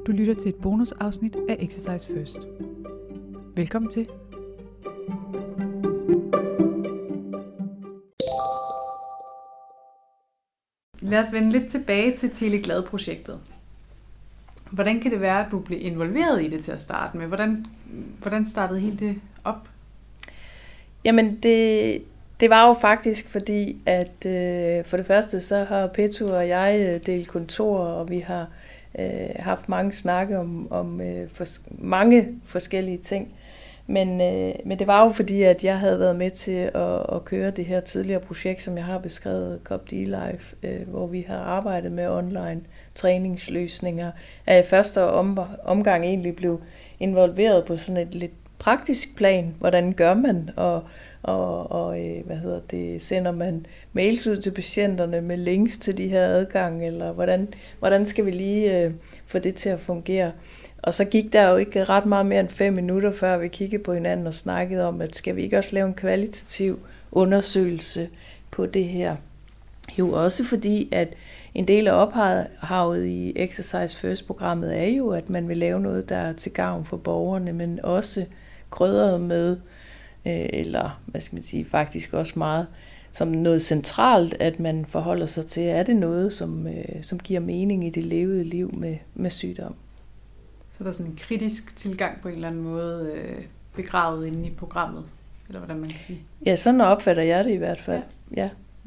Du lytter til et bonusafsnit af Exercise First. Velkommen til. Lad os vende lidt tilbage til Teleglad-projektet. Hvordan kan det være, at du blev involveret i det til at starte med? Hvordan startede hele det op? Jamen det var jo faktisk fordi, at for det første så har Petu og jeg delt kontor, og vi har haft mange snakke om mange forskellige ting. Men det var jo fordi, at jeg havde været med til at køre det her tidligere projekt, som jeg har beskrevet, CopD Life, hvor vi har arbejdet med online træningsløsninger. At i første omgang egentlig blev involveret på sådan et lidt praktisk plan. Hvordan gør man, og sender man mails ud til patienterne med links til de her adgange, eller hvordan skal vi lige få det til at fungere? Og så gik der jo ikke ret meget mere end 5 minutter, før vi kiggede på hinanden og snakkede om, at skal vi ikke også lave en kvalitativ undersøgelse på det her? Jo, også fordi, at en del af ophavet i Exercise First-programmet er jo, at man vil lave noget, der er til gavn for borgerne, men også krydret med, eller hvad skal man sige, faktisk også meget som noget centralt, at man forholder sig til, er det noget, som giver mening i det levede liv med sygdom. Så der er sådan en kritisk tilgang på en eller anden måde begravet inde i programmet, eller hvordan man kan sige? Ja, sådan opfatter jeg det i hvert fald. Ja.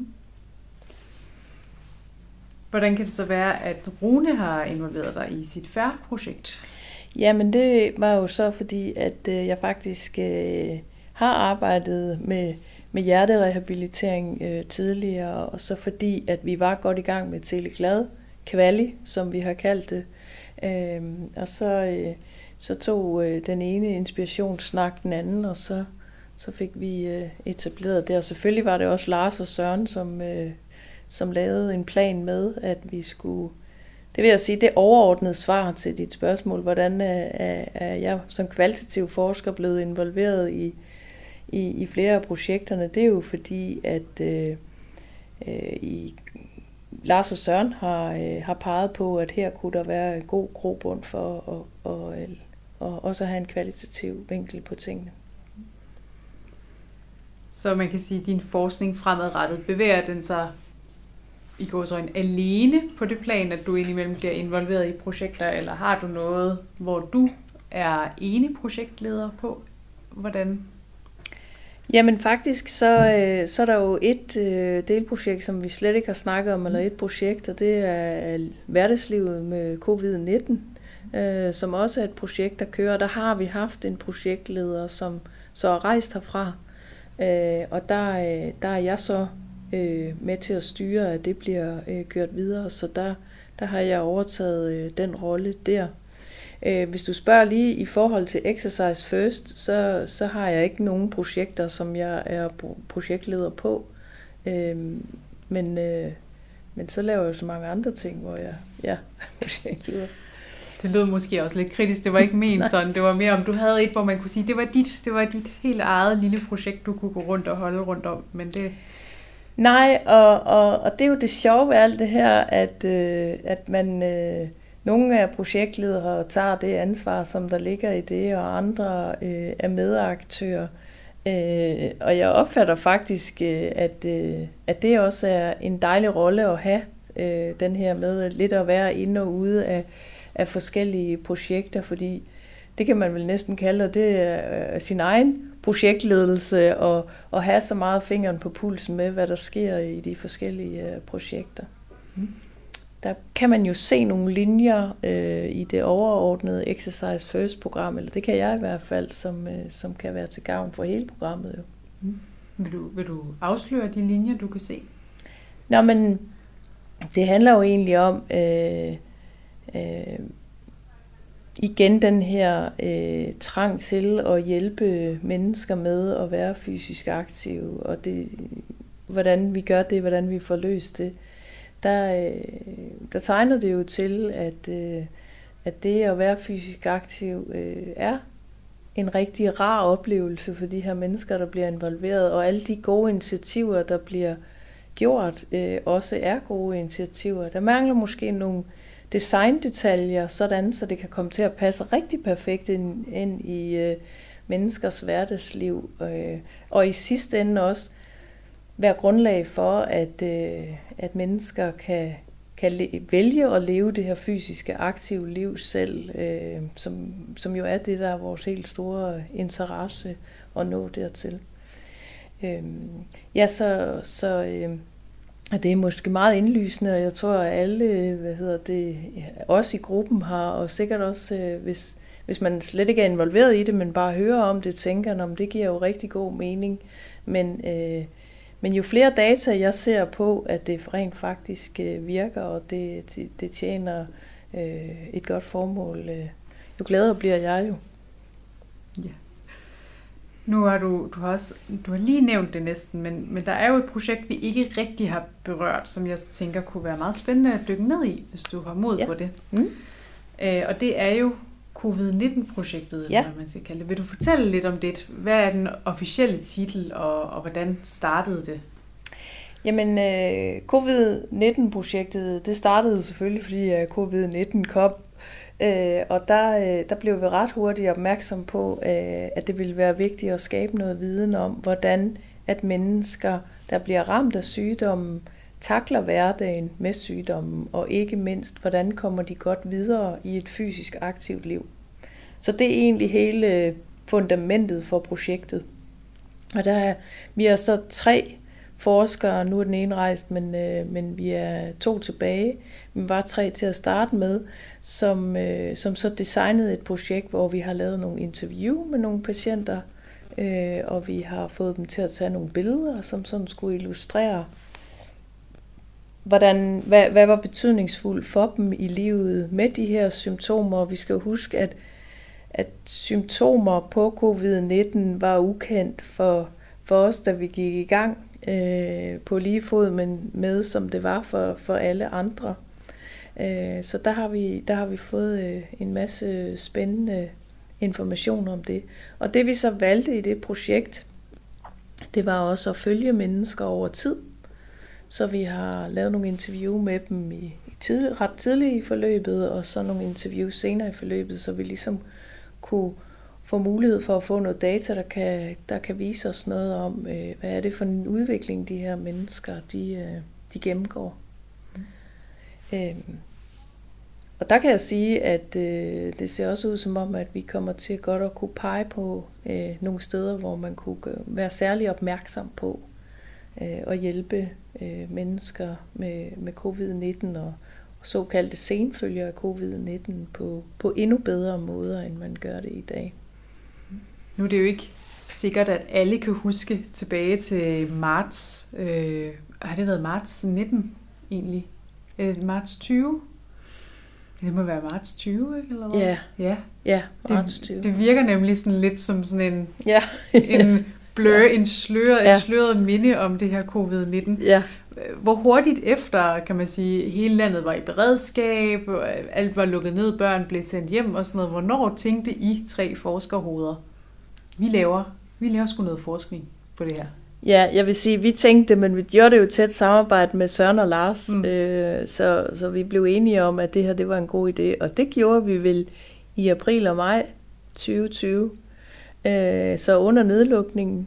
Hvordan kan det så være, at Rune har involveret dig i sit FAIR-projekt? Jamen det var jo så fordi, at jeg faktisk har arbejdet med hjerterehabilitering tidligere, og så fordi, at vi var godt i gang med Teleglad Kvali, som vi har kaldt det. Og så tog den ene inspirationssnak den anden, og så fik vi etableret det. Og selvfølgelig var det også Lars og Søren, som lavede en plan med, at vi skulle... Det vil jeg sige, det overordnede svar til dit spørgsmål, hvordan er jeg som kvalitativ forsker blevet involveret i flere af projekterne. Det er jo fordi, at Lars og Søren har peget på, at her kunne der være en god grobund for at også have en kvalitativ vinkel på tingene. Så man kan sige, at din forskning fremadrettet bevæger den sig i gåseøjne alene på det plan, at du indimellem bliver involveret i projekter, eller har du noget, hvor du er ene projektleder på? Hvordan? Jamen faktisk, så er der jo et delprojekt, som vi slet ikke har snakket om, eller et projekt, og det er hverdagslivet med COVID-19, som også er et projekt, der kører. Der har vi haft en projektleder, som så er rejst herfra, og der er jeg så med til at styre, at det bliver kørt videre, så der har jeg overtaget den rolle der. Hvis du spørger lige i forhold til Exercise First, så har jeg ikke nogen projekter, som jeg er projektleder på. Men så laver jeg så mange andre ting, hvor jeg er projektleder. Det lød måske også lidt kritisk. Det var ikke ment sådan. Det var mere om du havde et, hvor man kunne sige, det var dit helt eget lille projekt, du kunne gå rundt og holde rundt om. Men det... Nej, og det er jo det sjove ved alt det her, at man... Nogle af projektledere tager det ansvar, som der ligger i det, og andre er medaktører. Og jeg opfatter faktisk, at det også er en dejlig rolle at have, den her med lidt at være inde og ude af forskellige projekter, fordi det kan man vel næsten kalde det er sin egen projektledelse, og have så meget fingeren på pulsen med, hvad der sker i de forskellige projekter. Der kan man jo se nogle linjer i det overordnede Exercise First-program, eller det kan jeg i hvert fald, som kan være til gavn for hele programmet. Jo. Vil du afsløre de linjer, du kan se? Nå, men det handler jo egentlig om igen den her trang til at hjælpe mennesker med at være fysisk aktive, og det, hvordan vi gør det, hvordan vi får løst det. Der tegner det jo til, at det at være fysisk aktiv er en rigtig rar oplevelse for de her mennesker, der bliver involveret, og alle de gode initiativer, der bliver gjort, også er gode initiativer. Der mangler måske designdetaljer, sådan så det kan komme til at passe rigtig perfekt ind i menneskers hverdagsliv, og i sidste ende også være grundlag for, at mennesker kan vælge at leve det her fysiske, aktive liv selv, som jo er det, der er vores helt store interesse at nå dertil. Og det er måske meget indlysende, og jeg tror, at alle, også i gruppen har, og sikkert også, hvis man slet ikke er involveret i det, men bare hører om det, tænker, om det giver jo rigtig god mening. Men jo flere data jeg ser på, at det rent faktisk virker, og det tjener et godt formål, jo gladere bliver jeg jo. Ja. Nu har du har lige nævnt det næsten, men der er jo et projekt, vi ikke rigtig har berørt, som jeg tænker kunne være meget spændende at dykke ned i, hvis du har mod på det. Og det er jo COVID-19-projektet, eller hvad man skal kalde det. Vil du fortælle lidt om det? Hvad er den officielle titel, og hvordan startede det? Jamen, COVID-19-projektet, det startede selvfølgelig, fordi COVID-19 kom. Og der blev vi ret hurtigt opmærksom på, at det ville være vigtigt at skabe noget viden om, hvordan at mennesker, der bliver ramt af sygdommen, takler hverdagen med sygdommen, og ikke mindst, hvordan kommer de godt videre i et fysisk aktivt liv. Så det er egentlig hele fundamentet for projektet. Og vi er så 3 forskere, nu er den ene rejst, men vi er 2 tilbage. Vi var 3 til at starte med, som så designede et projekt, hvor vi har lavet nogle interview med nogle patienter, og vi har fået dem til at tage nogle billeder, som sådan skulle illustrere, hvad var betydningsfuldt for dem i livet med de her symptomer. Vi skal jo huske, at symptomer på COVID-19 var ukendt for os, da vi gik i gang på lige fod med som det var for alle andre. Så der har vi fået en masse spændende information om det. Og det vi så valgte i det projekt, det var også at følge mennesker over tid. Så vi har lavet nogle interview med dem ret tidligt i forløbet, og så nogle interviews senere i forløbet, så vi ligesom kunne få mulighed for at få noget data, der kan vise os noget om, hvad er det for en udvikling, de her mennesker de gennemgår. Og der kan jeg sige, at det ser også ud som om, at vi kommer til godt at kunne pege på nogle steder, hvor man kunne være særlig opmærksom på at hjælpe mennesker med COVID-19 og såkaldte senfølger af COVID-19 på endnu bedre måder, end man gør det i dag. Nu er det jo ikke sikkert, at alle kan huske tilbage til marts. Har det været marts 19 egentlig? Marts 20? Det må være marts 20, ikke? Eller hvad? Ja, marts 20. Det virker nemlig sådan lidt som sådan en et sløret minde om det her COVID-19. Ja. Hvor hurtigt efter, kan man sige, hele landet var i beredskab, alt var lukket ned, børn blev sendt hjem og sådan noget. Hvornår tænkte I 3 forskerhoveder, vi laver sgu noget forskning på det her? Ja, jeg vil sige, vi tænkte det, men vi gjorde det jo tæt samarbejde med Søren og Lars, så vi blev enige om, at det her det var en god idé, og det gjorde vi vel i april og maj 2020, så under nedlukningen.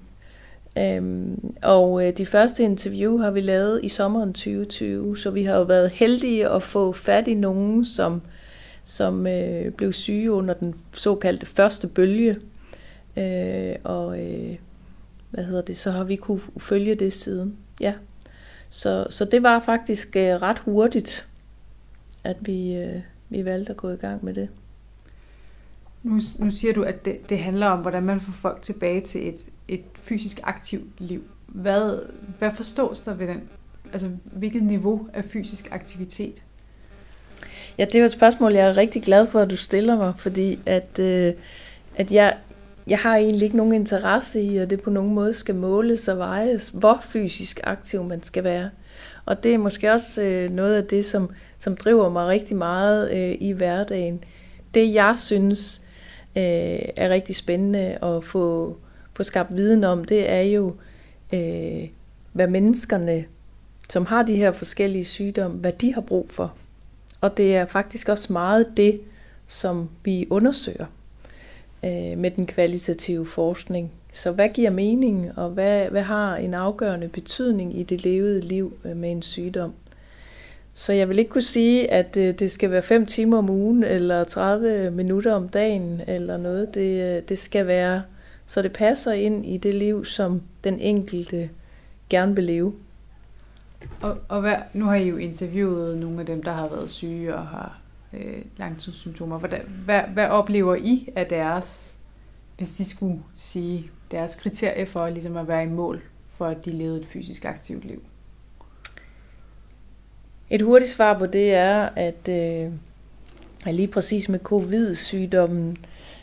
Og de første interview har vi lavet i sommeren 2020, så vi har jo været heldige at få fat i nogen, som blev syge under den såkaldte første bølge, så har vi kunne følge det siden. Ja. Så det var faktisk ret hurtigt, at vi valgte at gå i gang med det. Nu siger du, at det handler om, hvordan man får folk tilbage til et fysisk aktivt liv. Hvad forstås der ved den? Altså, hvilket niveau af fysisk aktivitet? Ja, det er jo et spørgsmål, jeg er rigtig glad for, at du stiller mig, fordi at jeg har egentlig ikke nogen interesse i, at det på nogen måde skal måles og vejes, hvor fysisk aktiv man skal være. Og det er måske også noget af det, som driver mig rigtig meget i hverdagen. Det, jeg synes er rigtig spændende at få skabt viden om, det er jo, hvad menneskerne, som har de her forskellige sygdomme, hvad de har brug for. Og det er faktisk også meget det, som vi undersøger med den kvalitative forskning. Så hvad giver mening, og hvad har en afgørende betydning i det levede liv med en sygdom? Så jeg vil ikke kunne sige, at det skal være 5 timer om ugen, eller 30 minutter om dagen, eller noget. Det skal være, så det passer ind i det liv, som den enkelte gerne vil leve. Og nu har I jo interviewet nogle af dem, der har været syge og har langtidssymptomer. Hvad oplever I af deres, hvis de skulle sige, deres kriterier for ligesom at være i mål for, at de levede et fysisk aktivt liv? Et hurtigt svar på det er, at lige præcis med covid-sygdommen,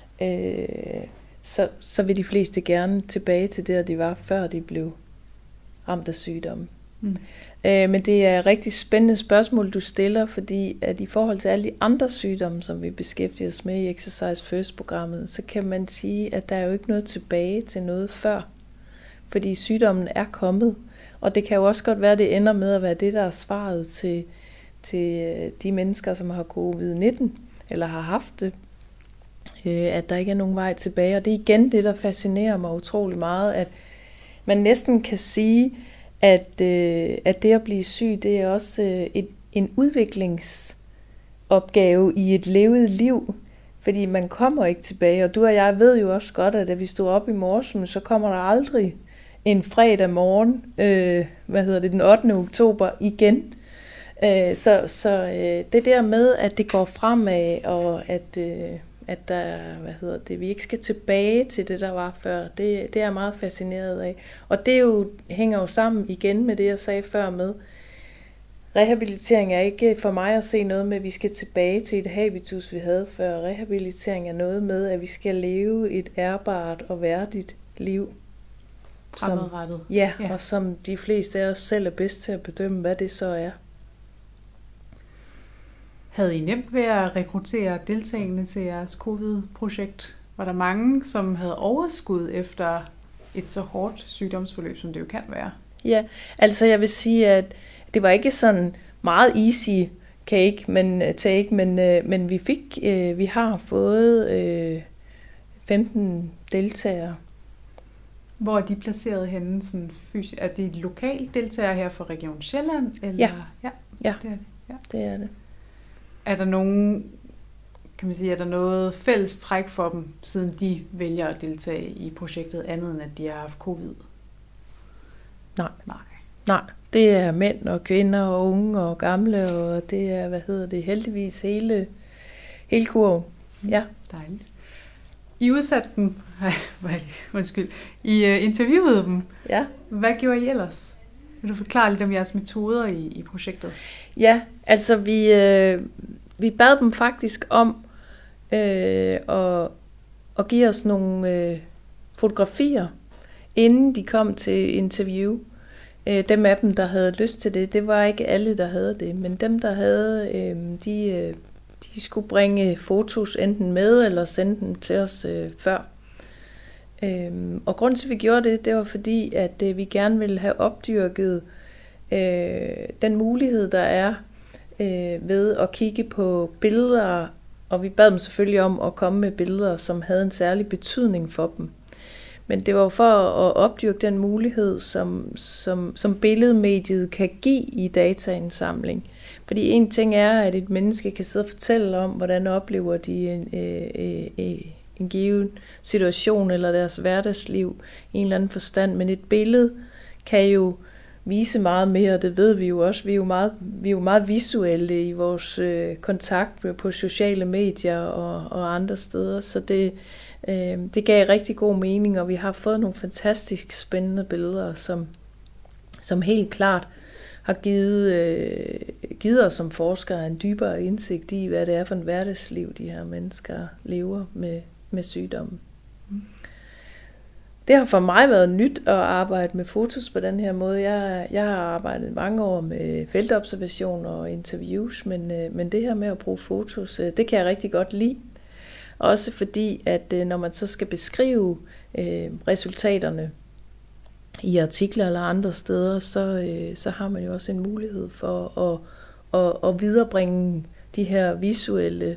så vil de fleste gerne tilbage til der, de var, før de blev ramt af sygdommen. Men det er et rigtig spændende spørgsmål, du stiller, fordi at i forhold til alle de andre sygdomme, som vi beskæftiger os med i Exercise First-programmet, så kan man sige, at der er jo ikke noget tilbage til noget før, fordi sygdommen er kommet. Og det kan jo også godt være, at det ender med at være det, der er svaret til de mennesker, som har covid-19, eller har haft det, at der ikke er nogen vej tilbage. Og det er igen det, der fascinerer mig utrolig meget, at man næsten kan sige, at det at blive syg, det er også en udviklingsopgave i et levet liv, fordi man kommer ikke tilbage. Og du og jeg ved jo også godt, at da vi stod op i morgen, så kommer der aldrig en fredag morgen, den 8. oktober igen. Så det der med, at det går fremad, og at der, vi ikke skal tilbage til det, der var før, det er jeg meget fascineret af. Og det hænger jo sammen igen med det, jeg sagde før med, rehabilitering er ikke for mig at se noget med, at vi skal tilbage til et habitus, vi havde før. Rehabilitering er noget med, at vi skal leve et ærbart og værdigt liv. Fremadrettet. Ja, og som de fleste af os selv er bedst til at bedømme, hvad det så er. Havde I nemt ved at rekruttere deltagende til jeres covid-projekt? Var der mange, som havde overskud efter et så hårdt sygdomsforløb, som det jo kan være? Ja, altså jeg vil sige, at det var ikke sådan meget easy men vi har fået 15 deltagere. Hvor er de placeret henne? Sådan er det lokalt deltagere her fra Region Sjælland? Eller? Ja, det er det. Ja. Det er det. Er der nogen, kan man sige, er der noget fælles træk for dem, siden de vælger at deltage i projektet, andet end at de har haft covid? Nej, det er mænd og kvinder og unge og gamle, og det er, heldigvis hele kurven. Ja. Dejligt. I udsatte dem, I interviewede dem. Ja. Hvad gjorde I ellers? Vil du forklare lidt om jeres metoder i projektet? Ja, altså vi bad dem faktisk om at give os nogle fotografier, inden de kom til interview. Dem af dem, der havde lyst til det var ikke alle, der havde det, men dem, der havde, de skulle bringe fotos enten med, eller sende dem til os før. Og grunden til, at vi gjorde det var fordi, at vi gerne ville have opdyrket den mulighed, der er ved at kigge på billeder, og vi bad dem selvfølgelig om at komme med billeder, som havde en særlig betydning for dem. Men det var for at opdyrke den mulighed, som billedmediet kan give i dataindsamling. Fordi en ting er, at et menneske kan sidde og fortælle om, hvordan oplever de en given situation eller deres hverdagsliv i en eller anden forstand. Men et billede kan jo vise meget mere, og det ved vi jo også. Vi er jo meget visuelle i vores kontakt på sociale medier og andre steder, så det gav rigtig god mening, og vi har fået nogle fantastisk spændende billeder, som helt klart har givet os som forskere en dybere indsigt i, hvad det er for en hverdagsliv, de her mennesker lever med sygdommen. Det har for mig været nyt at arbejde med fotos på den her måde. Jeg har arbejdet mange år med feltobservationer og interviews, men det her med at bruge fotos, det kan jeg rigtig godt lide. Også fordi, at når man så skal beskrive resultaterne i artikler eller andre steder, så har man jo også en mulighed for at viderebringe de her visuelle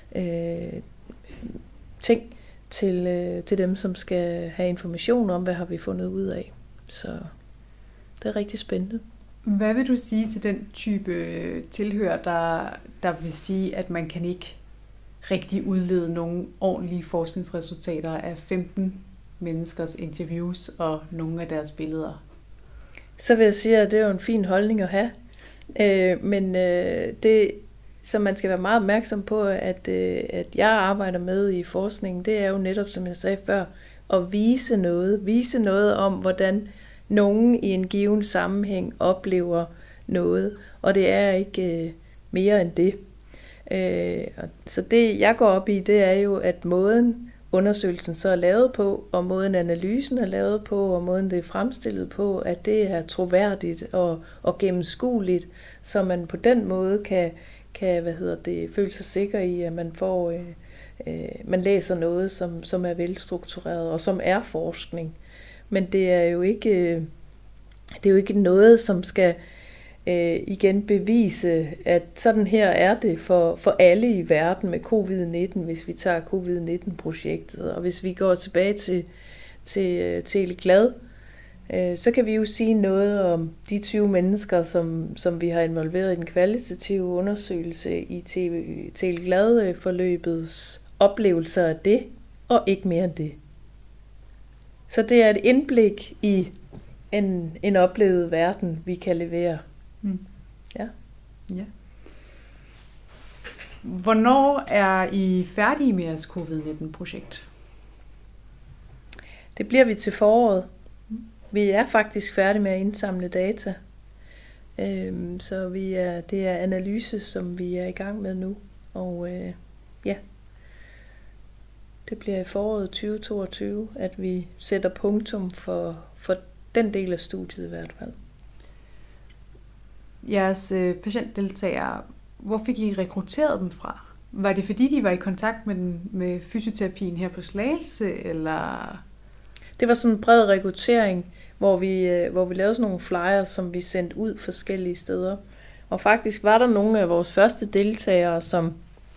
ting til dem, som skal have information om, hvad har vi fundet ud af. Så det er rigtig spændende. Hvad vil du sige til den type tilhør, der vil sige, at man kan ikke rigtig udlede nogle ordentlige forskningsresultater af 15 menneskers interviews og nogle af deres billeder? Så vil jeg sige, at det er jo en fin holdning at have. Men det, som man skal være meget opmærksom på, at jeg arbejder med i forskningen, det er jo netop, som jeg sagde før, at vise noget. Vise noget om, hvordan nogen i en given sammenhæng oplever noget. Og det er ikke mere end det. Så det, jeg går op i, det er jo, at måden undersøgelsen så er lavet på, og måden analysen er lavet på, og måden det er fremstillet på, at det er troværdigt og gennemskueligt, så man på den måde kan føle sig sikker i, at man får man læser noget, som er velstruktureret og som er forskning. Men det er jo ikke noget, som skal igen bevise, at sådan her er det for alle i verden med covid-19, hvis vi tager covid-19-projektet. Og hvis vi går tilbage til Tele Glad, så kan vi jo sige noget om de 20 mennesker, som vi har involveret i den kvalitative undersøgelse i Tele Glad-forløbets oplevelser af det, og ikke mere end det. Så det er et indblik i en oplevet verden, vi kan levere. Ja. Hvornår er I færdige med jeres covid-19-projekt? Det bliver vi til foråret. Vi er faktisk færdige med at indsamle data. Så det er analyse, som vi er i gang med nu. Og det bliver i foråret 2022, at vi sætter punktum for den del af studiet i hvert fald. Jeres patientdeltagere, hvor fik I rekrutteret dem fra? Var det fordi, de var i kontakt med fysioterapien her på Slagelse, eller? Det var sådan en bred rekruttering, hvor vi lavede sådan nogle flyers, som vi sendte ud forskellige steder. Og faktisk var der nogle af vores første deltagere, som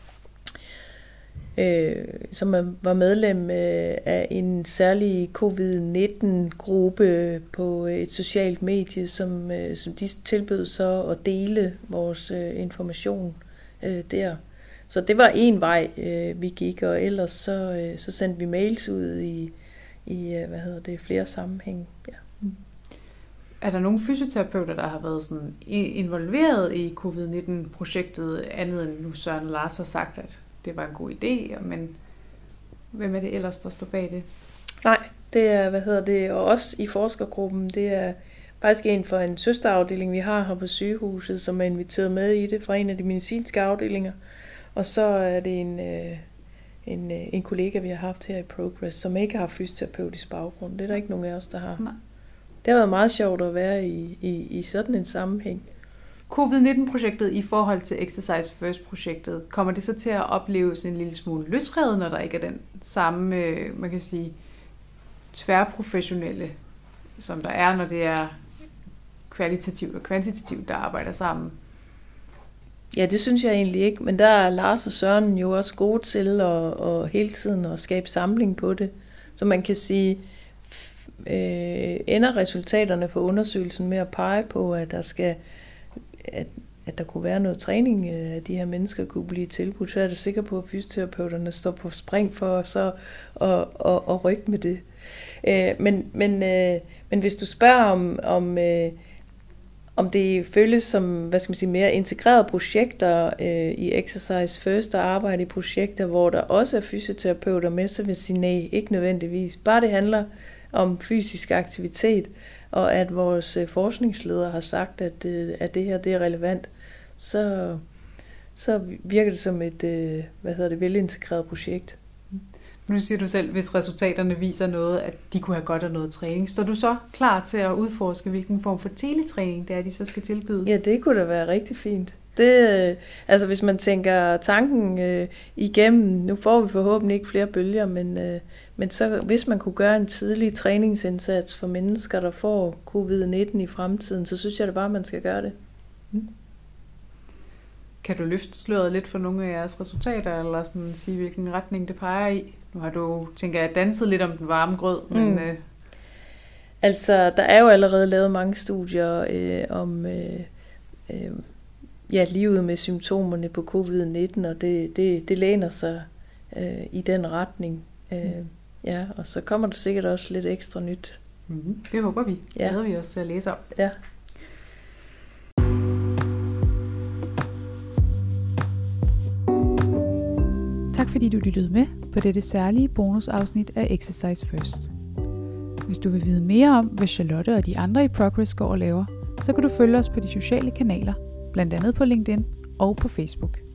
var medlem af en særlig covid-19-gruppe på et socialt medie, som de tilbød så at dele vores information der. Så det var en vej, vi gik, og ellers så sendte vi mails ud i flere sammenhænge. Ja. Er der nogle fysioterapeuter, der har været sådan involveret i covid-19-projektet, andet end nu Søren og Lars har sagt, at det var en god idé, men hvem er det ellers, der står bag det? Nej, det er, og også i forskergruppen, det er faktisk en fra en søsterafdeling, vi har her på sygehuset, som er inviteret med i det fra en af de medicinske afdelinger. Og så er det en kollega, vi har haft her i Progress, som ikke har fysioterapeutisk baggrund. Det er der ikke nogen af os, der har. Nej. Det har været meget sjovt at være i sådan en sammenhæng. Covid-19-projektet i forhold til Exercise First-projektet, kommer det så til at opleves en lille smule løsrevet, når der ikke er den samme, man kan sige, tværprofessionelle, som der er, når det er kvalitativt og kvantitativt, der arbejder sammen? Ja, det synes jeg egentlig ikke, men der er Lars og Søren jo også gode til at hele tiden at skabe samling på det. Så man kan sige, ender resultaterne for undersøgelsen med at pege på, at der kunne være noget træning, at de her mennesker kunne blive tilbudt, så er jeg sikker på, at fysioterapeuterne står på spring for så at rykke med det. Men hvis du spørger om det føles som, mere integrerede projekter i Exercise First, og arbejde i projekter, hvor der også er fysioterapeuter med, så vil jeg sige nej, ikke nødvendigvis. Bare det handler om fysisk aktivitet, og at vores forskningsledere har sagt, at det her det er relevant, så virker det som et velintegreret projekt. Nu siger du selv, hvis resultaterne viser noget, at de kunne have godt af noget træning. Står du så klar til at udforske, hvilken form for teletræning det er, de så skal tilbydes? Ja, det kunne da være rigtig fint. Hvis man tænker tanken igennem, nu får vi forhåbentlig ikke flere bølger, men så hvis man kunne gøre en tidlig træningsindsats for mennesker, der får covid-19 i fremtiden, så synes jeg det bare, man skal gøre det. Kan du løfte sløret lidt for nogle af jeres resultater, eller sådan sige, hvilken retning det peger i? Nu har du, tænker jeg, danset lidt om den varme grød, men... Altså, der er jo allerede lavet mange studier om livet med symptomerne på covid-19, og det læner sig i den retning. Ja, og så kommer der sikkert også lidt ekstra nyt. Det håber vi. Det glæder vi os til at læse om. Ja. Tak fordi du lyttede med på dette særlige bonusafsnit af Exercise First. Hvis du vil vide mere om, hvad Charlotte og de andre i Progress går og laver, så kan du følge os på de sociale kanaler, blandt andet på LinkedIn og på Facebook.